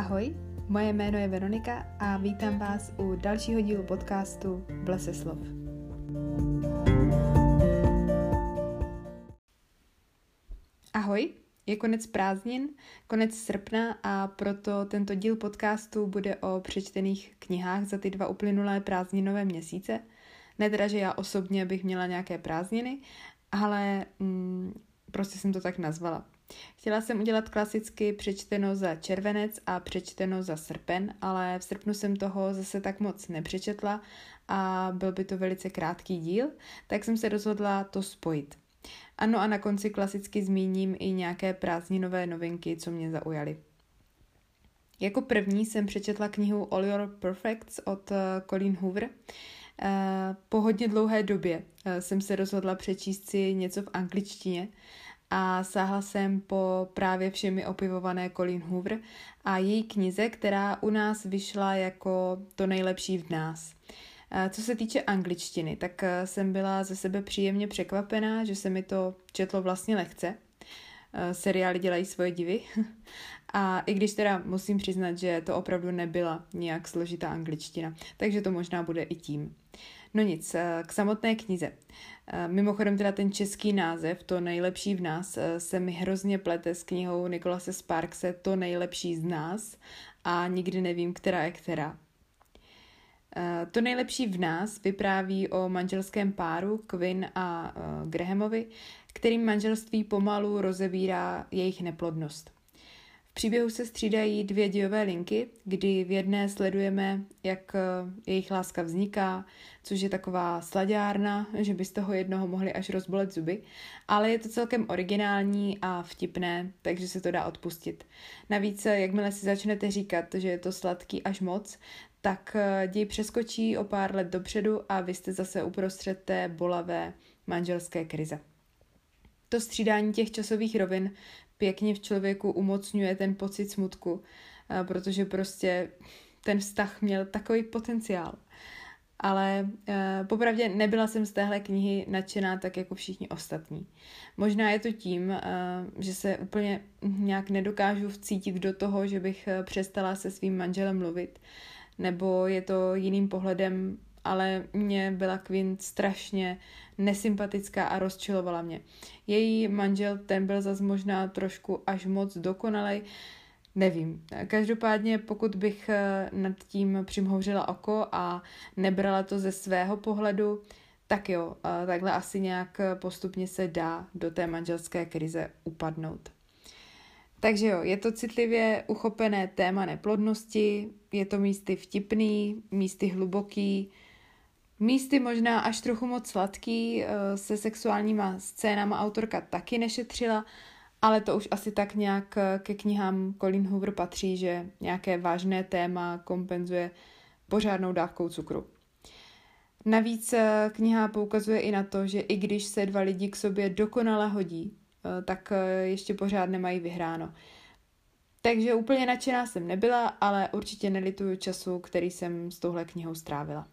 Ahoj, moje jméno je Veronika a vítám vás u dalšího dílu podcastu V lese slov. Ahoj, je konec prázdnin, konec srpna a proto tento díl podcastu bude o přečtených knihách za ty 2 uplynulé prázdninové měsíce. Ne teda, že já osobně bych měla nějaké prázdniny, ale prostě jsem to tak nazvala. Chtěla jsem udělat klasicky přečteno za červenec a přečteno za srpen, ale v srpnu jsem toho zase tak moc nepřečetla a byl by to velice krátký díl, tak jsem se rozhodla to spojit. Ano a na konci klasicky zmíním i nějaké prázdninové novinky, co mě zaujaly. Jako první jsem přečetla knihu All Your Perfects od Colleen Hoover. Po hodně dlouhé době jsem se rozhodla přečíst si něco v angličtině a sáhla jsem po právě všemi opěvované Colleen Hoover a její knize, která u nás vyšla jako To nejlepší v nás. Co se týče angličtiny, tak jsem byla ze sebe příjemně překvapená, že se mi to četlo vlastně lehce. Seriály dělají svoje divy. A i když teda musím přiznat, že to opravdu nebyla nějak složitá angličtina, takže to možná bude i tím. No nic, k samotné knize. Mimochodem teda ten český název, To nejlepší v nás, se mi hrozně plete s knihou Nicholase Sparkse To nejlepší z nás a nikdy nevím, která je která. To nejlepší v nás vypráví o manželském páru Quinn a Grahamovi, kterým manželství pomalu rozebírá jejich neplodnost. V příběhu se střídají 2 dějové linky, kdy v jedné sledujeme, jak jejich láska vzniká, což je taková slaďárna, že by z toho jednoho mohli až rozbolet zuby, ale je to celkem originální a vtipné, takže se to dá odpustit. Navíc, jakmile si začnete říkat, že je to sladký až moc, tak děj přeskočí o pár let dopředu a vy jste zase uprostřed té bolavé manželské krize. To střídání těch časových rovin pěkně v člověku umocňuje ten pocit smutku, protože prostě ten vztah měl takový potenciál. Ale popravdě nebyla jsem z téhle knihy nadšená tak jako všichni ostatní. Možná je to tím, že se úplně nějak nedokážu vcítit do toho, že bych přestala se svým manželem mluvit, nebo je to jiným pohledem, ale mně byla Quinn strašně nesympatická a rozčilovala mě. Její manžel, ten byl zas možná trošku až moc dokonalej, nevím. Každopádně pokud bych nad tím přimhouřila oko a nebrala to ze svého pohledu, tak jo, takhle asi nějak postupně se dá do té manželské krize upadnout. Takže jo, je to citlivě uchopené téma neplodnosti, je to místy vtipný, místy hluboký, místy možná až trochu moc sladký, se sexuálníma scénama autorka taky nešetřila, ale to už asi tak nějak ke knihám Colleen Hoover patří, že nějaké vážné téma kompenzuje pořádnou dávkou cukru. Navíc kniha poukazuje i na to, že i když se 2 lidi k sobě dokonale hodí, tak ještě pořád nemají vyhráno. Takže úplně nadšená jsem nebyla, ale určitě nelituju času, který jsem s touhle knihou strávila.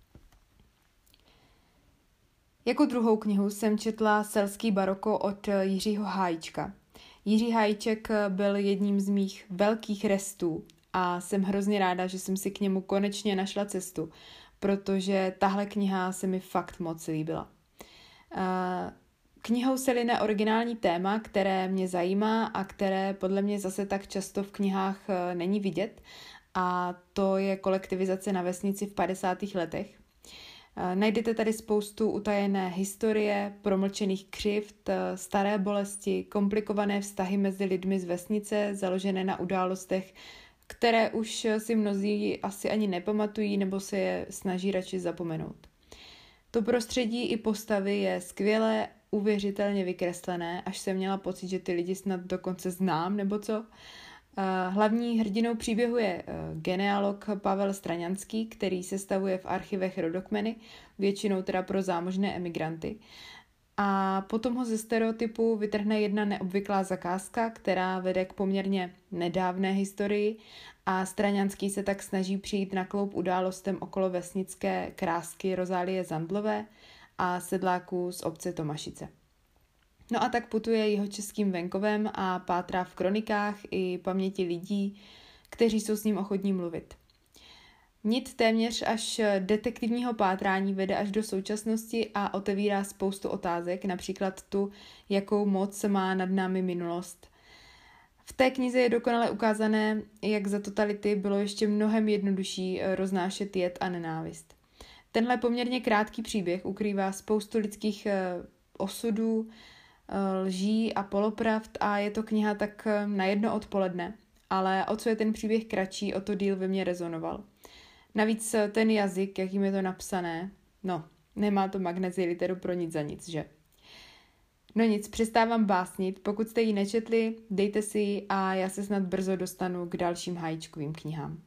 Jako druhou knihu jsem četla Selský baroko od Jiřího Hájčka. Jiří Hájček byl jedním z mých velkých restů a jsem hrozně ráda, že jsem si k němu konečně našla cestu, protože tahle kniha se mi fakt moc líbila. Knihou se line originální téma, které mě zajímá a které podle mě zase tak často v knihách není vidět, a to je kolektivizace na vesnici v 50. letech. Najdete tady spoustu utajené historie, promlčených křivd, staré bolesti, komplikované vztahy mezi lidmi z vesnice, založené na událostech, které už si mnozí asi ani nepamatují nebo se je snaží radši zapomenout. To prostředí i postavy je skvělé, uvěřitelně vykreslené, až jsem měla pocit, že ty lidi snad dokonce znám nebo co. Hlavní hrdinou příběhu je genealog Pavel Straňanský, který sestavuje v archivech rodokmeny, většinou teda pro zámožné emigranty. A potom ho ze stereotypu vytrhne jedna neobvyklá zakázka, která vede k poměrně nedávné historii a Straňanský se tak snaží přijít na kloub událostem okolo vesnické krásky Rozálie Zandlové a sedláků z obce Tomašice. No a tak putuje jihočeským venkovem a pátrá v kronikách i paměti lidí, kteří jsou s ním ochotní mluvit. Nit téměř až detektivního pátrání vede až do současnosti a otevírá spoustu otázek, například tu, jakou moc má nad námi minulost. V té knize je dokonale ukázané, jak za totality bylo ještě mnohem jednodušší roznášet jed a nenávist. Tenhle poměrně krátký příběh ukrývá spoustu lidských osudů, lží a polopravd a je to kniha tak na jedno odpoledne, ale o co je ten příběh kratší, o to díl ve mně rezonoval. Navíc ten jazyk, jakým je to napsané, nemá to Magnesia Literu pro nic za nic, že? No nic, přestávám básnit, pokud jste ji nečetli, dejte si ji a já se snad brzo dostanu k dalším hájíčkovým knihám.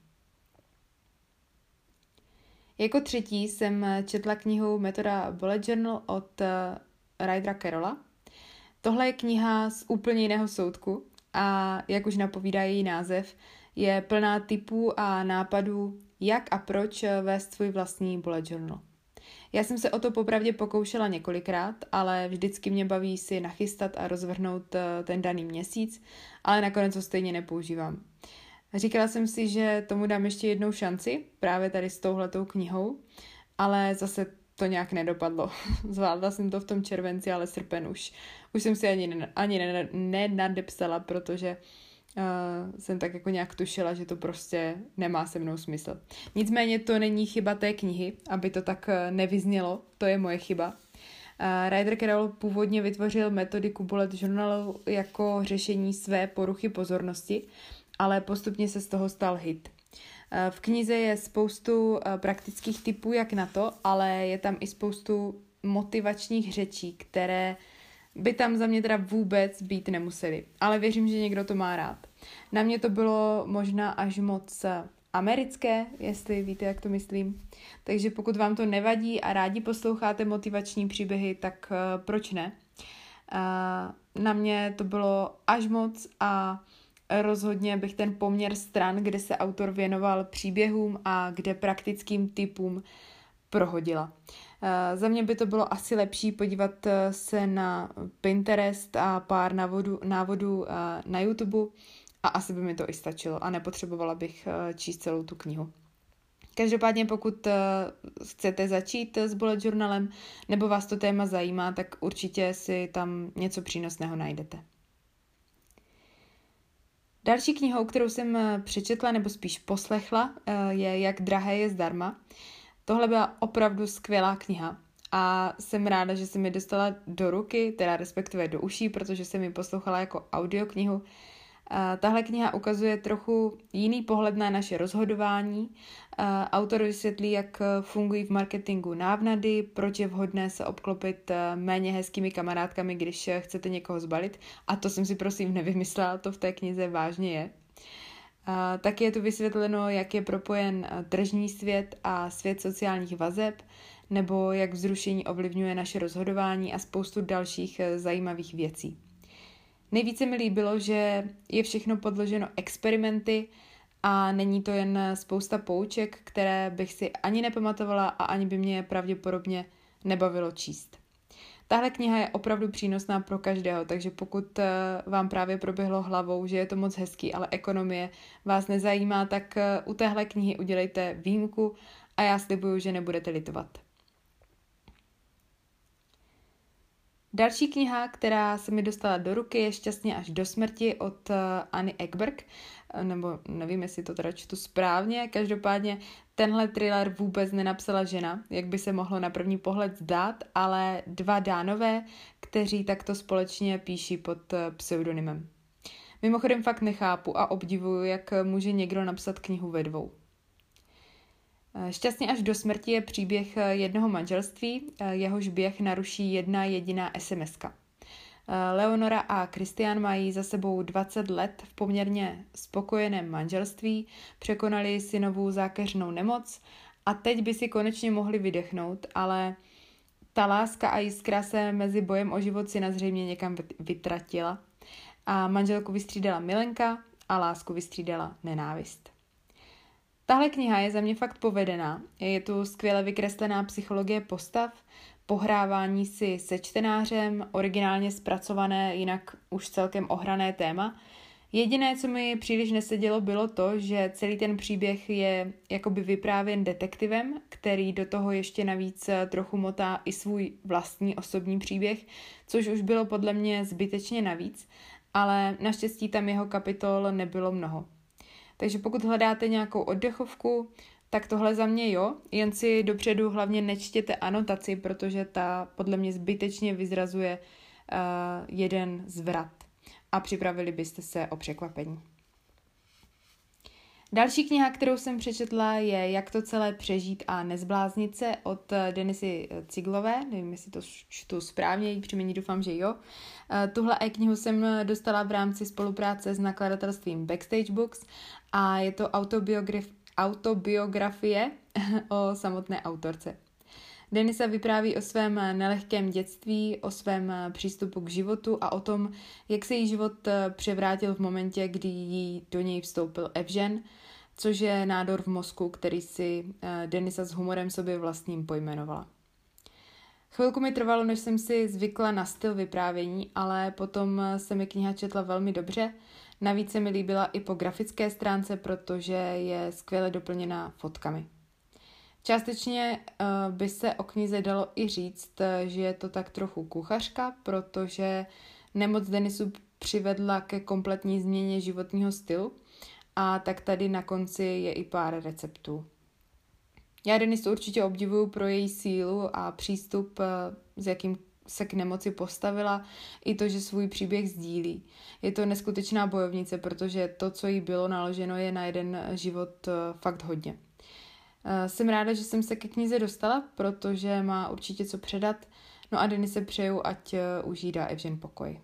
Jako třetí jsem četla knihu Metoda Bullet Journal od Rydera Carrolla. Tohle je kniha z úplně jiného soudku a jak už napovídá její název, je plná tipů a nápadů, jak a proč vést svůj vlastní bullet journal. Já jsem se o to popravdě pokoušela několikrát, ale vždycky mě baví si nachystat a rozvrhnout ten daný měsíc, ale nakonec ho stejně nepoužívám. Říkala jsem si, že tomu dám ještě jednou šanci, právě tady s touhletou knihou, ale zase to nějak nedopadlo. Zvládla jsem to v tom červenci, ale srpen už jsem si ani nenadepsala, protože jsem tak jako nějak tušila, že to prostě nemá se mnou smysl. Nicméně to není chyba té knihy, aby to tak nevyznělo, to je moje chyba. Ryder Carroll původně vytvořil metodiku bullet journalu jako řešení své poruchy pozornosti, ale postupně se z toho stal hit. V knize je spoustu praktických tipů, jak na to, ale je tam i spoustu motivačních řečí, které by tam za mě teda vůbec být nemuseli. Ale věřím, že někdo to má rád. Na mě to bylo možná až moc americké, jestli víte, jak to myslím. Takže pokud vám to nevadí a rádi posloucháte motivační příběhy, tak proč ne? Na mě to bylo až moc a rozhodně bych ten poměr stran, kde se autor věnoval příběhům a kde praktickým tipům, prohodila. Za mě by to bylo asi lepší podívat se na Pinterest a pár návodů na YouTube a asi by mi to i stačilo a nepotřebovala bych číst celou tu knihu. Každopádně pokud chcete začít s bullet journalem nebo vás to téma zajímá, tak určitě si tam něco přínosného najdete. Další knihou, kterou jsem přečetla nebo spíš poslechla, je Jak drahé je zdarma. Tohle byla opravdu skvělá kniha a jsem ráda, že se mi dostala do ruky, teda respektive do uší, protože jsem ji poslouchala jako audioknihu. Tahle kniha ukazuje trochu jiný pohled na naše rozhodování. Autor vysvětlí, jak fungují v marketingu návnady, proč je vhodné se obklopit méně hezkými kamarádkami, když chcete někoho zbalit. A to jsem si prosím nevymyslela, to v té knize vážně je. Taky je tu vysvětleno, jak je propojen tržní svět a svět sociálních vazeb, nebo jak vzrušení ovlivňuje naše rozhodování a spoustu dalších zajímavých věcí. Nejvíce mi líbilo, že je všechno podloženo experimenty a není to jen spousta pouček, které bych si ani nepamatovala a ani by mě pravděpodobně nebavilo číst. Tahle kniha je opravdu přínosná pro každého, takže pokud vám právě proběhlo hlavou, že je to moc hezký, ale ekonomie vás nezajímá, tak u téhle knihy udělejte výjimku a já slibuju, že nebudete litovat. Další kniha, která se mi dostala do ruky, je Šťastně až do smrti od Anny Ekberg, nebo nevím, jestli to teda čtu správně, každopádně tenhle thriller vůbec nenapsala žena, jak by se mohlo na první pohled zdát, ale dva Dánové, kteří takto společně píší pod pseudonymem. Mimochodem fakt nechápu a obdivuju, jak může někdo napsat knihu ve dvou. Šťastně až do smrti je příběh jednoho manželství, jehož běh naruší jedna jediná SMS-ka. Leonora a Christian mají za sebou 20 let v poměrně spokojeném manželství, překonali synovu zákeřnou nemoc a teď by si konečně mohli vydechnout, ale ta láska a jiskra se mezi bojem o život syna zřejmě někam vytratila a manželku vystřídala milenka a lásku vystřídala nenávist. Tahle kniha je za mě fakt povedená. Je tu skvěle vykreslená psychologie postav, pohrávání si se čtenářem, originálně zpracované, jinak už celkem ohrané téma. Jediné, co mi příliš nesedělo, bylo to, že celý ten příběh je jakoby vyprávěn detektivem, který do toho ještě navíc trochu motá i svůj vlastní osobní příběh, což už bylo podle mě zbytečně navíc, ale naštěstí tam jeho kapitol nebylo mnoho. Takže pokud hledáte nějakou oddechovku, tak tohle za mě jo, jen si dopředu hlavně nečtěte anotaci, protože ta podle mě zbytečně vyzrazuje jeden zvrat a připravili byste se o překvapení. Další kniha, kterou jsem přečetla, je Jak to celé přežít a nezbláznit se od Denisy Ziglové. Nevím, jestli to čtu správně, její příjmení doufám, že jo. Tuhle knihu jsem dostala v rámci spolupráce s nakladatelstvím Backstage Books a je to autobiografie o samotné autorce. Denisa vypráví o svém nelehkém dětství, o svém přístupu k životu a o tom, jak se jí život převrátil v momentě, kdy jí do něj vstoupil Evžen, což je nádor v mozku, který si Denisa s humorem sobě vlastním pojmenovala. Chvilku mi trvalo, než jsem si zvykla na styl vyprávění, ale potom se mi kniha četla velmi dobře. Navíc se mi líbila i po grafické stránce, protože je skvěle doplněná fotkami. Částečně by se o knize dalo i říct, že je to tak trochu kuchařka, protože nemoc Denisu přivedla ke kompletní změně životního stylu a tak tady na konci je i pár receptů. Já Denisu určitě obdivuju pro její sílu a přístup, s jakým se k nemoci postavila, i to, že svůj příběh sdílí. Je to neskutečná bojovnice, protože to, co jí bylo naloženo, je na jeden život fakt hodně. Jsem ráda, že jsem se ke knize dostala, protože má určitě co předat, no a Denise přeju, ať už jí dá Evžen pokoj.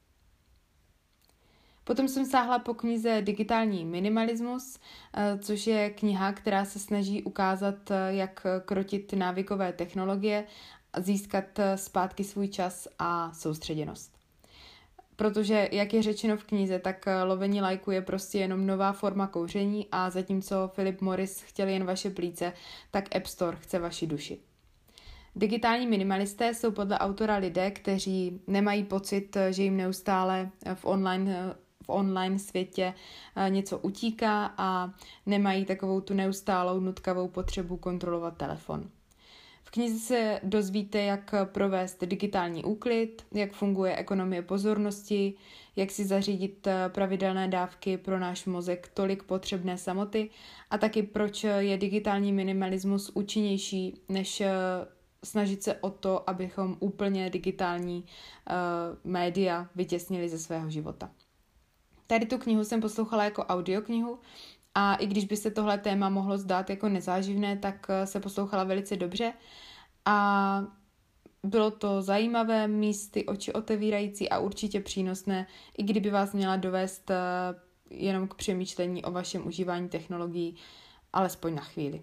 Potom jsem sáhla po knize Digitální minimalismus, což je kniha, která se snaží ukázat, jak krotit návykové technologie a získat zpátky svůj čas a soustředěnost. Protože, jak je řečeno v knize, tak lovení lajku je prostě jenom nová forma kouření a zatímco Philip Morris chtěl jen vaše plíce, tak App Store chce vaši duši. Digitální minimalisté jsou podle autora lidé, kteří nemají pocit, že jim neustále v online světě něco utíká a nemají takovou tu neustálou nutkavou potřebu kontrolovat telefon. V knize se dozvíte, jak provést digitální úklid, jak funguje ekonomie pozornosti, jak si zařídit pravidelné dávky pro náš mozek tolik potřebné samoty a taky proč je digitální minimalismus účinnější, než snažit se o to, abychom úplně digitální média vytěsnili ze svého života. Tady tu knihu jsem poslouchala jako audioknihu a i když by se tohle téma mohlo zdát jako nezáživné, tak se poslouchala velice dobře a bylo to zajímavé, místy oči otevírající a určitě přínosné, i kdyby vás měla dovést jenom k přemýšlení o vašem užívání technologií, alespoň na chvíli.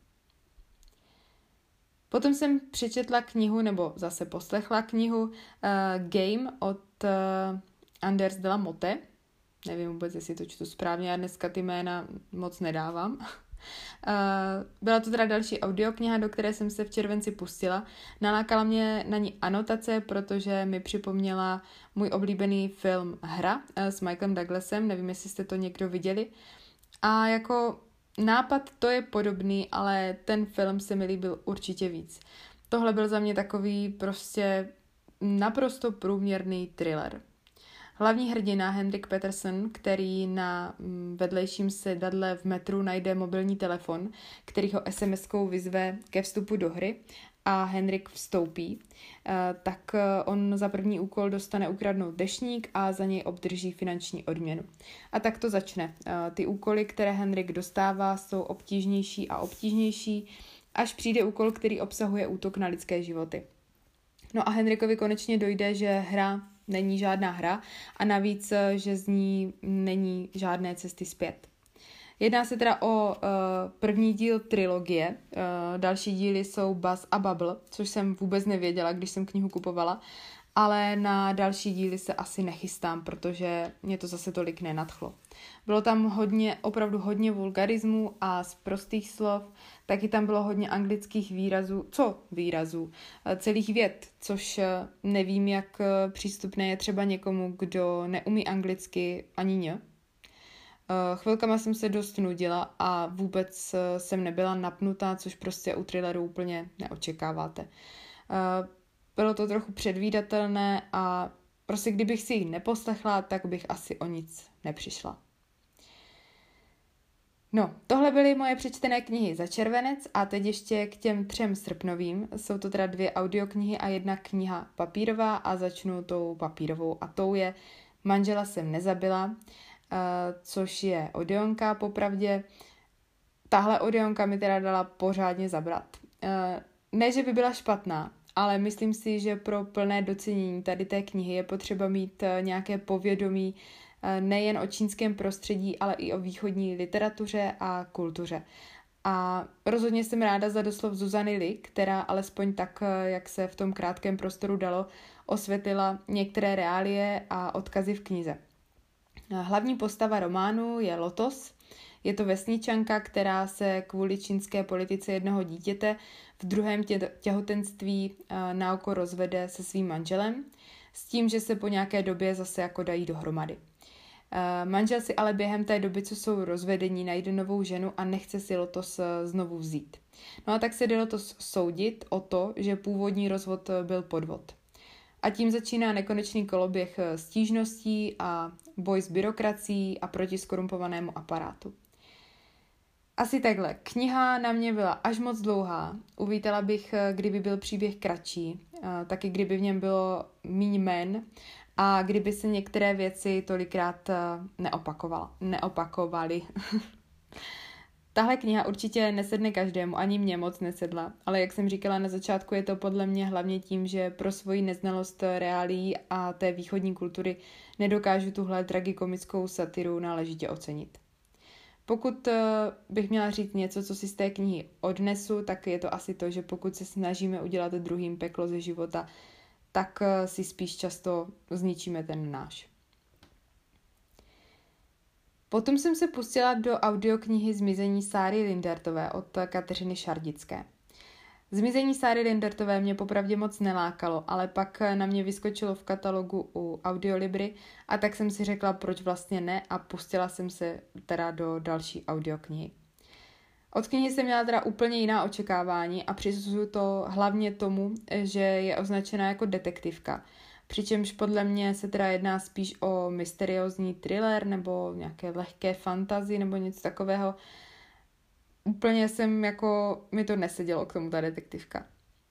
Potom jsem přečetla knihu, nebo zase poslechla knihu Game od Anders de la Motte. Nevím vůbec, jestli to čtu správně, já dneska ty jména moc nedávám. Byla to teda další audiokniha, do které jsem se v červenci pustila. Nalákala mě na ní anotace, protože mi připomněla můj oblíbený film Hra s Michaelem Douglasem, nevím, jestli jste to někdo viděli. A jako nápad to je podobný, ale ten film se mi líbil určitě víc. Tohle byl za mě takový prostě naprosto průměrný thriller. Hlavní hrdina Henrik Peterson, který na vedlejším sedadle v metru najde mobilní telefon, který ho SMS-kou vyzve ke vstupu do hry a Henrik vstoupí, tak on za první úkol dostane ukradnout deštník a za něj obdrží finanční odměnu. A tak to začne. Ty úkoly, které Henrik dostává, jsou obtížnější a obtížnější, až přijde úkol, který obsahuje útok na lidské životy. No a Henrikovi konečně dojde, že hra není žádná hra a navíc, že z ní není žádné cesty zpět. Jedná se teda o první díl trilogie, další díly jsou Buzz a Bubble, což jsem vůbec nevěděla, když jsem knihu kupovala. ale na další díly se asi nechystám, protože mě to zase tolik nenadchlo. Bylo tam opravdu hodně vulgarismů a z prostých slov, taky tam bylo hodně anglických výrazů, celých vět, což nevím, jak přístupné je třeba někomu, kdo neumí anglicky ani ň. Chvilkama jsem se dost nudila a vůbec jsem nebyla napnutá, což prostě u thrilleru úplně neočekáváte. Bylo to trochu předvídatelné a prostě kdybych si ji neposlechla, tak bych asi o nic nepřišla. No, tohle byly moje přečtené knihy za červenec a teď ještě k těm 3 srpnovým. Jsou to teda 2 audioknihy a 1 kniha papírová a začnu tou papírovou a tou je Manžela jsem nezabila, což je audionka popravdě. Tahle audionka mi teda dala pořádně zabrat. Ne, že by byla špatná, ale myslím si, že pro plné docenění tady té knihy je potřeba mít nějaké povědomí nejen o čínském prostředí, ale i o východní literatuře a kultuře. A rozhodně jsem ráda za doslov Zuzany Li, která alespoň tak, jak se v tom krátkém prostoru dalo, osvětlila některé reálie a odkazy v knize. Hlavní postava románu je Lotos. Je to vesničanka, která se kvůli čínské politice jednoho dítěte v 2. těhotenství naoko rozvede se svým manželem, s tím, že se po nějaké době zase jako dají dohromady. Manžel si ale během té doby, co jsou rozvedení, najde novou ženu a nechce si Lotos znovu vzít. No a tak se jde Lotos soudit o to, že původní rozvod byl podvod. A tím začíná nekonečný koloběh stížností a boj s byrokracií a proti skorumpovanému aparátu. Asi takhle. Kniha na mě byla až moc dlouhá. Uvítala bych, kdyby byl příběh kratší, taky kdyby v něm bylo míň jmen a kdyby se některé věci tolikrát neopakovaly. Tahle kniha určitě nesedne každému, ani mě moc nesedla, ale jak jsem říkala na začátku, je to podle mě hlavně tím, že pro svoji neznalost reálií a té východní kultury nedokážu tuhle tragikomickou satiru náležitě ocenit. Pokud bych měla říct něco, co si z té knihy odnesu, tak je to asi to, že pokud se snažíme udělat druhým peklo ze života, tak si spíš často zničíme ten náš. Potom jsem se pustila do audioknihy Zmizení Sáry Lindertové od Kateřiny Šardické. Zmizení Sáry Lindertové mě popravdě moc nelákalo, ale pak na mě vyskočilo v katalogu u Audiolibry a tak jsem si řekla, proč vlastně ne a pustila jsem se teda do další audioknihy. Od knihy jsem měla teda úplně jiná očekávání a přisuzuju to hlavně tomu, že je označená jako detektivka. Přičemž podle mě se teda jedná spíš o mysteriózní thriller nebo nějaké lehké fantasy nebo něco takového. Úplně mi to nesedělo k tomu ta detektivka.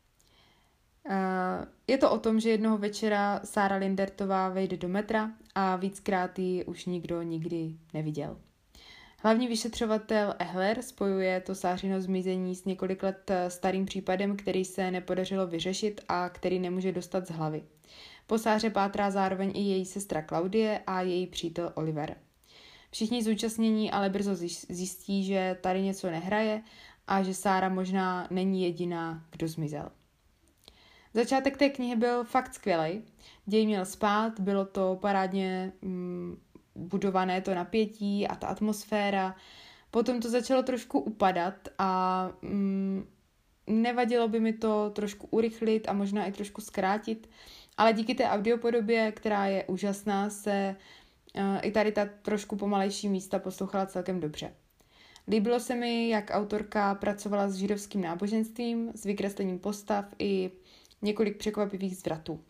Je to o tom, že jednoho večera Sára Lindertová vejde do metra a víckrát ji už nikdo nikdy neviděl. Hlavní vyšetřovatel Ehler spojuje to Sářino zmizení s několik let starým případem, který se nepodařilo vyřešit a který nemůže dostat z hlavy. Po Sáře pátrá zároveň i její sestra Klaudie a její přítel Oliver. Všichni zúčastnění ale brzo zjistí, že tady něco nehraje a že Sára možná není jediná, kdo zmizel. Začátek té knihy byl fakt skvělej. Děj měl spát, bylo to parádně budované to napětí a ta atmosféra. Potom to začalo trošku upadat a nevadilo by mi to trošku urychlit a možná i trošku zkrátit, ale díky té audiopodobě, která je úžasná, se i tady ta trošku pomalejší místa poslouchala celkem dobře. Líbilo se mi, jak autorka pracovala s židovským náboženstvím, s vykreslením postav i několik překvapivých zvratů.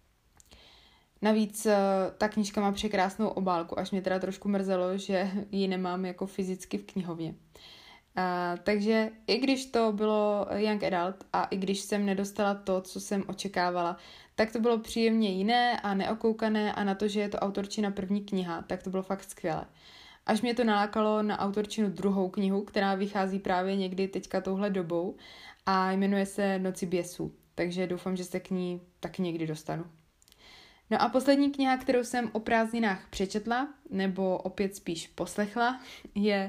Navíc ta knížka má překrásnou obálku, až mě teda trošku mrzelo, že ji nemám jako fyzicky v knihovně. Takže i když to bylo young adult a i když jsem nedostala to, co jsem očekávala, tak to bylo příjemně jiné a neokoukané a na to, že je to autorčina první kniha, tak to bylo fakt skvělé. Až mě to nalákalo na autorčinu druhou knihu, která vychází právě někdy teďka touhle dobou a jmenuje se Noci běsů, takže doufám, že se k ní taky někdy dostanu. No a poslední kniha, kterou jsem o prázdninách přečetla, nebo opět spíš poslechla, je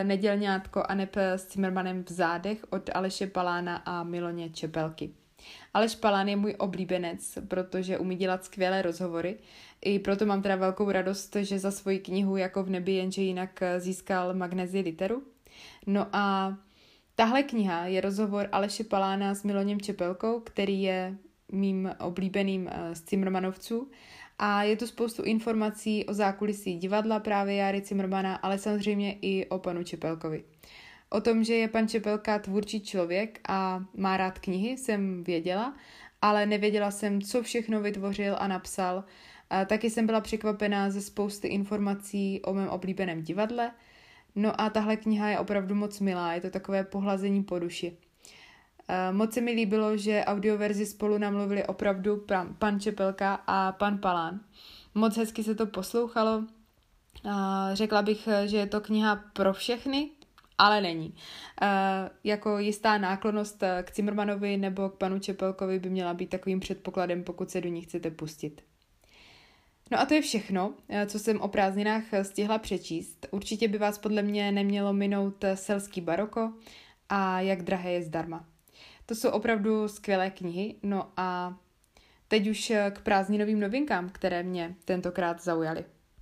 Nedělňátko Aneb s Cimrmanem v zádech od Aleše Palána a Miloně Čepelky. Aleš Palán je můj oblíbenec, protože umí dělat skvělé rozhovory. I proto mám teda velkou radost, že za svoji knihu Jako v nebi, jenže jinak získal Magnézii literu. No a tahle kniha je rozhovor Aleše Palána s Miloněm Čepelkou, který je mým oblíbeným z Cimrmanovců. A je tu spoustu informací o zákulisí divadla právě Járy Cimrmana, ale samozřejmě i o panu Čepelkovi. O tom, že je pan Čepelka tvůrčí člověk a má rád knihy, jsem věděla, ale nevěděla jsem, co všechno vytvořil a napsal. Taky jsem byla překvapená ze spousty informací o mém oblíbeném divadle. No a tahle kniha je opravdu moc milá, je to takové pohlazení po duši. Moc se mi líbilo, že audioverzi spolu namluvili opravdu pan Čepelka a pan Palán. Moc hezky se to poslouchalo. Řekla bych, že je to kniha pro všechny, ale není. Jako jistá náklonnost k Cimrmanovi nebo k panu Čepelkovi by měla být takovým předpokladem, pokud se do ní chcete pustit. No a to je všechno, co jsem o prázdninách stihla přečíst. Určitě by vás podle mě nemělo minout Selský baroko a Jak drahé je zdarma. To jsou opravdu skvělé knihy, no a teď už k prázdninovým novinkám, které mě tentokrát zaujaly.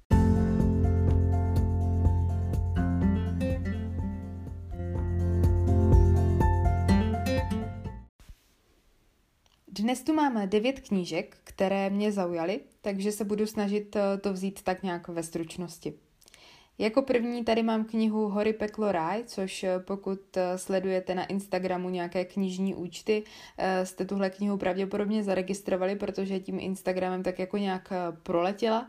Dnes tu mám 9 knížek, které mě zaujaly, takže se budu snažit to vzít tak nějak ve stručnosti. Jako první tady mám knihu Hory, peklo, ráj, což pokud sledujete na Instagramu nějaké knižní účty, jste tuhle knihu pravděpodobně zaregistrovali, protože tím Instagramem tak jako nějak proletěla.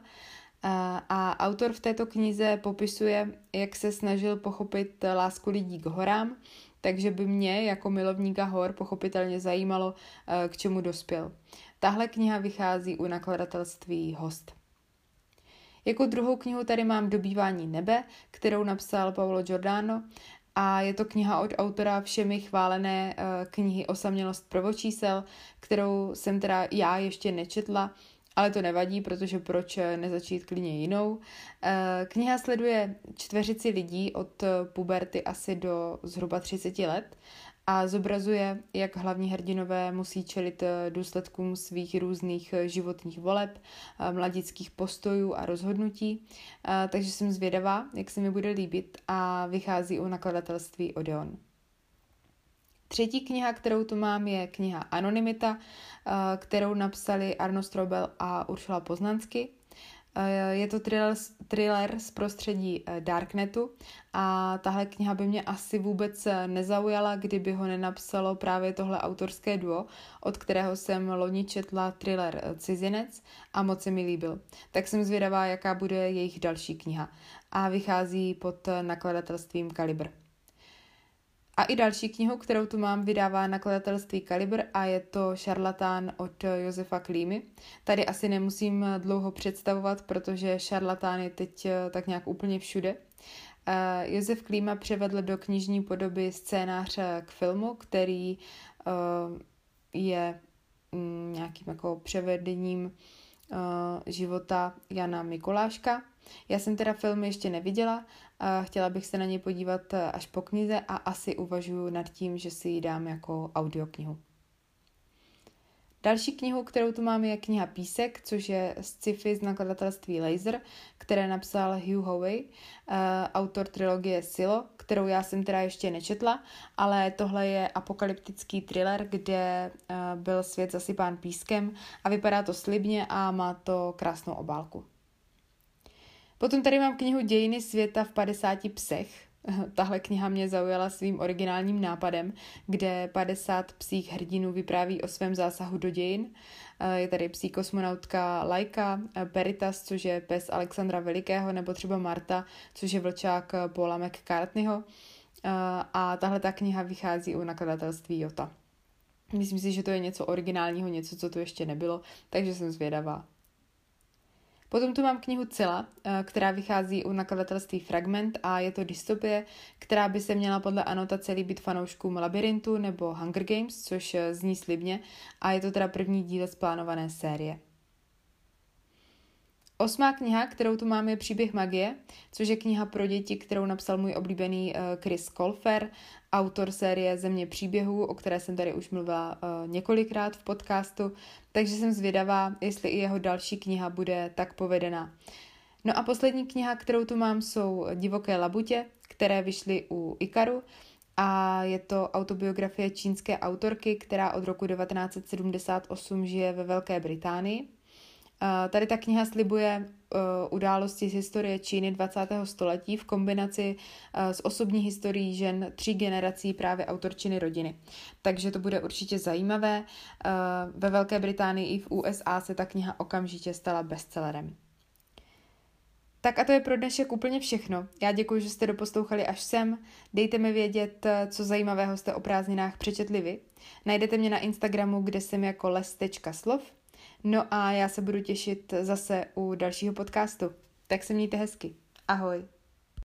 A autor v této knize popisuje, jak se snažil pochopit lásku lidí k horám, takže by mě jako milovníka hor pochopitelně zajímalo, k čemu dospěl. Tahle kniha vychází u nakladatelství Host. Jako druhou knihu tady mám Dobývání nebe, kterou napsal Paolo Giordano a je to kniha od autora všemi chválené knihy Osamělost prvočísel, kterou jsem teda já ještě nečetla, ale to nevadí, protože proč nezačít klidně jinou. Kniha sleduje čtveřici lidí od puberty asi do zhruba 30 let a zobrazuje, jak hlavní hrdinové musí čelit důsledkům svých různých životních voleb, mladických postojů a rozhodnutí. Takže jsem zvědavá, jak se mi bude líbit a vychází u nakladatelství Odeon. Třetí kniha, kterou tu mám, je kniha Anonymita, kterou napsali Arno Strobel a Uršula Poznansky. Je to thriller z prostředí Darknetu a tahle kniha by mě asi vůbec nezaujala, kdyby ho nenapsalo právě tohle autorské duo, od kterého jsem loni četla thriller Cizinec a moc se mi líbil. Tak jsem zvědavá, jaká bude jejich další kniha a vychází pod nakladatelstvím Kalibr. A i další knihu, kterou tu mám, vydává nakladatelství Kalibr a je to Šarlatán od Josefa Klímy. Tady asi nemusím dlouho představovat, protože šarlatán je teď tak nějak úplně všude. Josef Klíma převedl do knižní podoby scénář k filmu, který je nějakým jako převedením života Jana Mikuláška. Já jsem teda film ještě neviděla, chtěla bych se na něj podívat až po knize a asi uvažuji nad tím, že si ji dám jako audioknihu. Další knihu, kterou tu mám, je kniha Písek, což je sci-fi z nakladatelství Laser, které napsal Hugh Howey, autor trilogie Silo, kterou já jsem teda ještě nečetla, ale tohle je apokalyptický thriller, kde byl svět zasypán pískem a vypadá to slibně a má to krásnou obálku. Potom tady mám knihu Dějiny světa v 50 psech. Tahle kniha mě zaujala svým originálním nápadem, kde 50 psích hrdinů vypráví o svém zásahu do dějin. Je tady psí kosmonautka Laika, Peritas, což je pes Alexandra Velikého, nebo třeba Marta, což je vlčák Paula McCartneyho. A tahle ta kniha vychází u nakladatelství Jota. Myslím si, že to je něco originálního, něco, co tu ještě nebylo, takže jsem zvědavá. Potom tu mám knihu Cela, která vychází u nakladatelství Fragment a je to dystopie, která by se měla podle anotace líbit fanouškům Labyrintu nebo Hunger Games, což zní slibně a je to teda první díl z plánované série. 8. kniha, kterou tu mám, je Příběh magie, což je kniha pro děti, kterou napsal můj oblíbený Chris Colfer, autor série Země příběhů, o které jsem tady už mluvila několikrát v podcastu, takže jsem zvědavá, jestli i jeho další kniha bude tak povedená. No a poslední kniha, kterou tu mám, jsou Divoké labutě, které vyšly u Ikaru, a je to autobiografie čínské autorky, která od roku 1978 žije ve Velké Británii. Tady ta kniha slibuje události z historie Číny 20. století v kombinaci s osobní historií žen 3 generací právě autorčiny rodiny. Takže to bude určitě zajímavé. Ve Velké Británii i v USA se ta kniha okamžitě stala bestsellerem. Tak a to je pro dnešek úplně všechno. Já děkuji, že jste doposlouchali až sem. Dejte mi vědět, co zajímavého jste o prázdninách přečetli vy. Najdete mě na Instagramu, kde jsem jako les.slov. No a já se budu těšit zase u dalšího podcastu. Tak se mějte hezky. Ahoj.